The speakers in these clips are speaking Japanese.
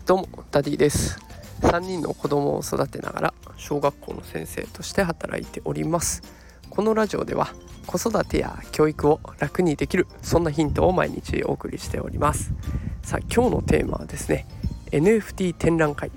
どうもダディです。3人の子供を育てながら小学校の先生として働いております。このラジオでは子育てや教育を楽にできる、そんなヒントを毎日お送りしております。さあ、今日のテーマはですね、 NFT 展覧会、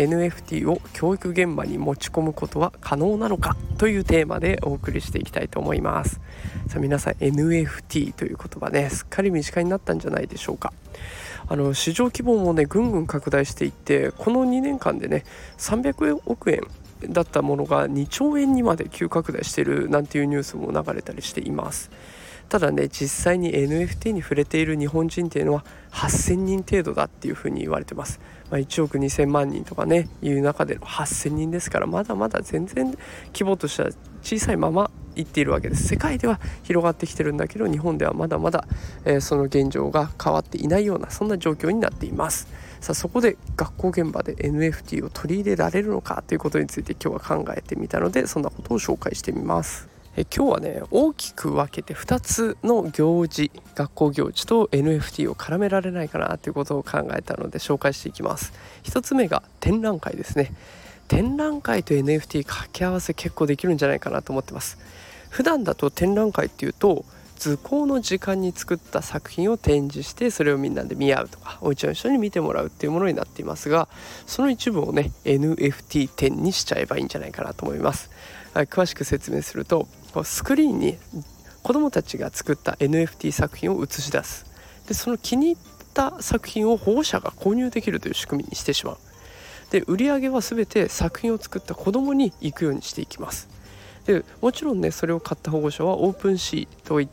NFT を教育現場に持ち込むことは可能なのかというテーマでお送りしていきたいと思います。さあ、皆さん NFT という言葉ね、すっかり身近になったんじゃないでしょうか。市場規模もねぐんぐん拡大していって、この2年間でね300億円だったものが2兆円にまで急拡大しているなんていうニュースも流れたりしています。ただね、実際に NFT に触れている日本人っていうのは8000人程度だっていうふうに言われてます。1億2000万人とかねいう中での8000人ですから、まだまだ全然規模としては小さいままいっているわけです。世界では広がってきてるんだけど、日本ではまだまだ、その現状が変わっていないような、そんな状況になっています。さあ、そこで学校現場で NFT を取り入れられるのかということについて今日は考えてみたので、そんなことを紹介してみます。今日はね、大きく分けて2つの行事、学校行事と NFT を絡められないかなということを考えたので紹介していきます。1つ目が展覧会ですね。展覧会と NFT 掛け合わせ結構できるんじゃないかなと思ってます。普段だと展覧会っていうと、図工の時間に作った作品を展示して、それをみんなで見合うとか、お家の人に見てもらうっていうものになっていますが、その一部をね NFT 展にしちゃえばいいんじゃないかなと思います。詳しく説明すると、スクリーンに子どもたちが作った NFT 作品を映し出す。でその気に入った作品を保護者が購入できるという仕組みにしてしまう。で売り上げは全て作品を作った子どもに行くようにしていきます。でもちろんね、それを買った保護者はオープンシーという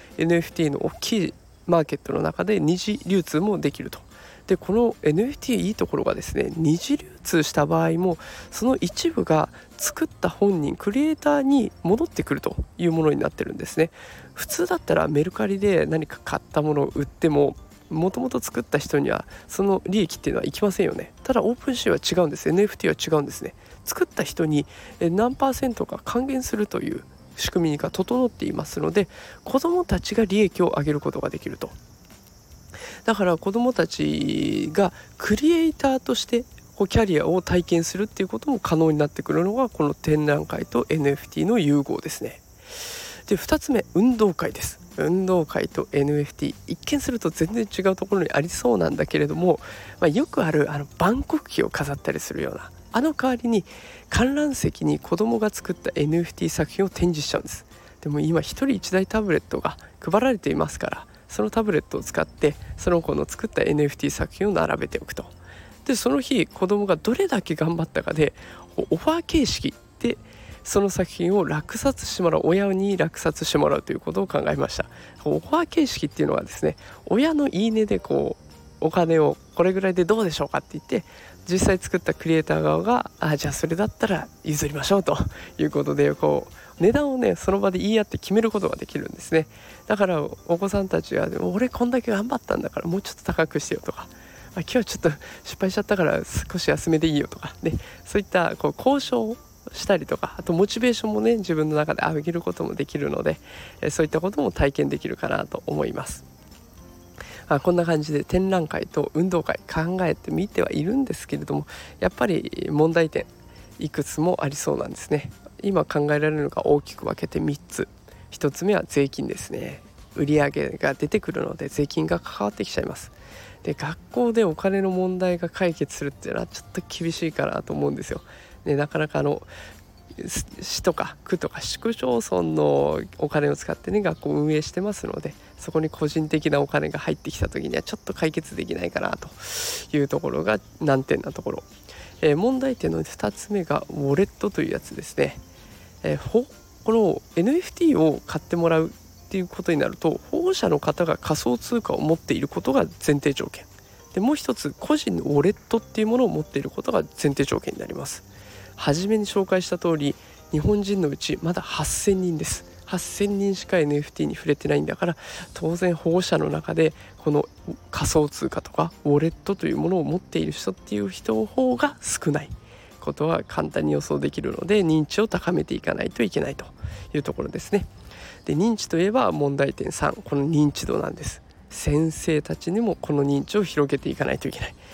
NFT の大きいマーケットの中で二次流通もできると。でこの NFT いいところがですね、二次流通した場合もその一部が作った本人クリエイターに戻ってくるというものになってるんですね。普通だったらメルカリで何か買ったものを売っても、もともと作った人にはその利益っていうのはいきませんよね。ただオープンシーは違うんです。 NFT は違うんですね。作った人に何%か還元するという仕組みが整っていますので、子どもたちが利益を上げることができると。だから子どもたちがクリエイターとしてキャリアを体験するっていうことも可能になってくるのが、この展覧会と NFT の融合ですね。で2つ目、運動会です。運動会と NFT、 一見すると全然違うところにありそうなんだけれども、よくある万国旗を飾ったりするような、代わりに観覧席に子供が作った NFT 作品を展示しちゃうんです。でも今一人一台タブレットが配られていますから、そのタブレットを使ってその子の作った NFT 作品を並べておくと。でその日子供がどれだけ頑張ったかでオファー形式でその作品を落札してもらう、親に落札してもらうということを考えました。オファー形式っていうのはですね、親のいいねでお金をこれぐらいでどうでしょうかって言って、実際作ったクリエイター側がじゃあそれだったら譲りましょうということで、値段をねその場で言い合って決めることができるんですね。だからお子さんたちは俺こんだけ頑張ったんだからもうちょっと高くしてよとか、今日はちょっと失敗しちゃったから少し安めでいいよとかね、そういった交渉をしたりとか、あとモチベーションもね自分の中で上げることもできるので、そういったことも体験できるかなと思います。こんな感じで展覧会と運動会考えてみてはいるんですけれども、やっぱり問題点いくつもありそうなんですね。今考えられるのが大きく分けて3つ。1つ目は税金ですね。売上が出てくるので税金が関わってきちゃいます。で学校でお金の問題が解決するっていうのはちょっと厳しいかなと思うんですよ。でなかなか市とか区とか市区町村のお金を使ってね学校を運営してますので、そこに個人的なお金が入ってきた時にはちょっと解決できないかなというところが難点なところ。問題点の2つ目がウォレットというやつですね。この NFT を買ってもらうっていうことになると、保護者の方が仮想通貨を持っていることが前提条件で、もう一つ個人のウォレットっていうものを持っていることが前提条件になります。初めに紹介した通り、日本人のうちまだ8000人です。8000人しか NFT に触れてないんだから、当然保護者の中でこの仮想通貨とかウォレットというものを持っている人っていう人の方が少ないことは簡単に予想できるので、認知を高めていかないといけないというところですね。で認知といえば問題点3、この認知度なんです。先生たちにもこの認知を広げていかないといけない。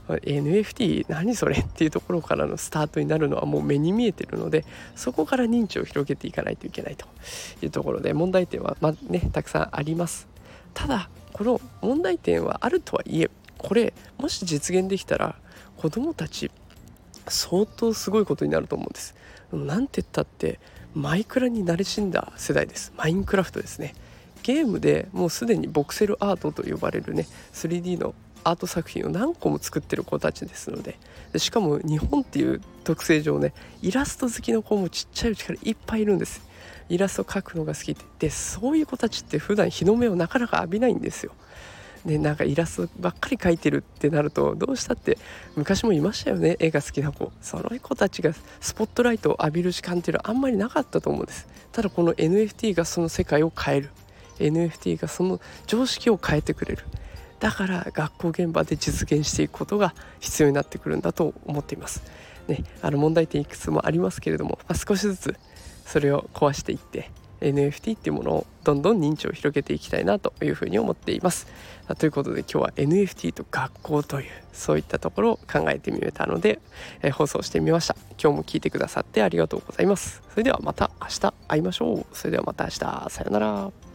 NFT 何それっていうところからのスタートになるのはもう目に見えてるので、そこから認知を広げていかないといけないというところで、問題点はたくさんあります。ただこの問題点はあるとはいえ、これもし実現できたら子どもたち相当すごいことになると思うんです。なんて言ったってマイクラに慣れ親んだ世代です。マインクラフトですね。ゲームでもうすでにボクセルアートと呼ばれるね 3D のアート作品を何個も作ってる子たちですので、しかも日本っていう特性上ね、イラスト好きの子もちっちゃいうちからいっぱいいるんです。イラスト描くのが好きで、そういう子たちって普段日の目をなかなか浴びないんですよ。でなんかイラストばっかり描いてるってなると、どうしたって昔もいましたよね、絵が好きな子。その子たちがスポットライトを浴びる時間っていうのはあんまりなかったと思うんです。ただこの NFT がその世界を変える、 NFT がその常識を変えてくれる。だから学校現場で実現していくことが必要になってくるんだと思っていますね。問題点いくつもありますけれども、少しずつそれを壊していって NFT っていうものをどんどん認知を広げていきたいなというふうに思っています。ということで今日は NFT と学校というそういったところを考えてみたので、放送してみました。今日も聞いてくださってありがとうございます。それではまた明日会いましょう。それではまた明日、さようなら。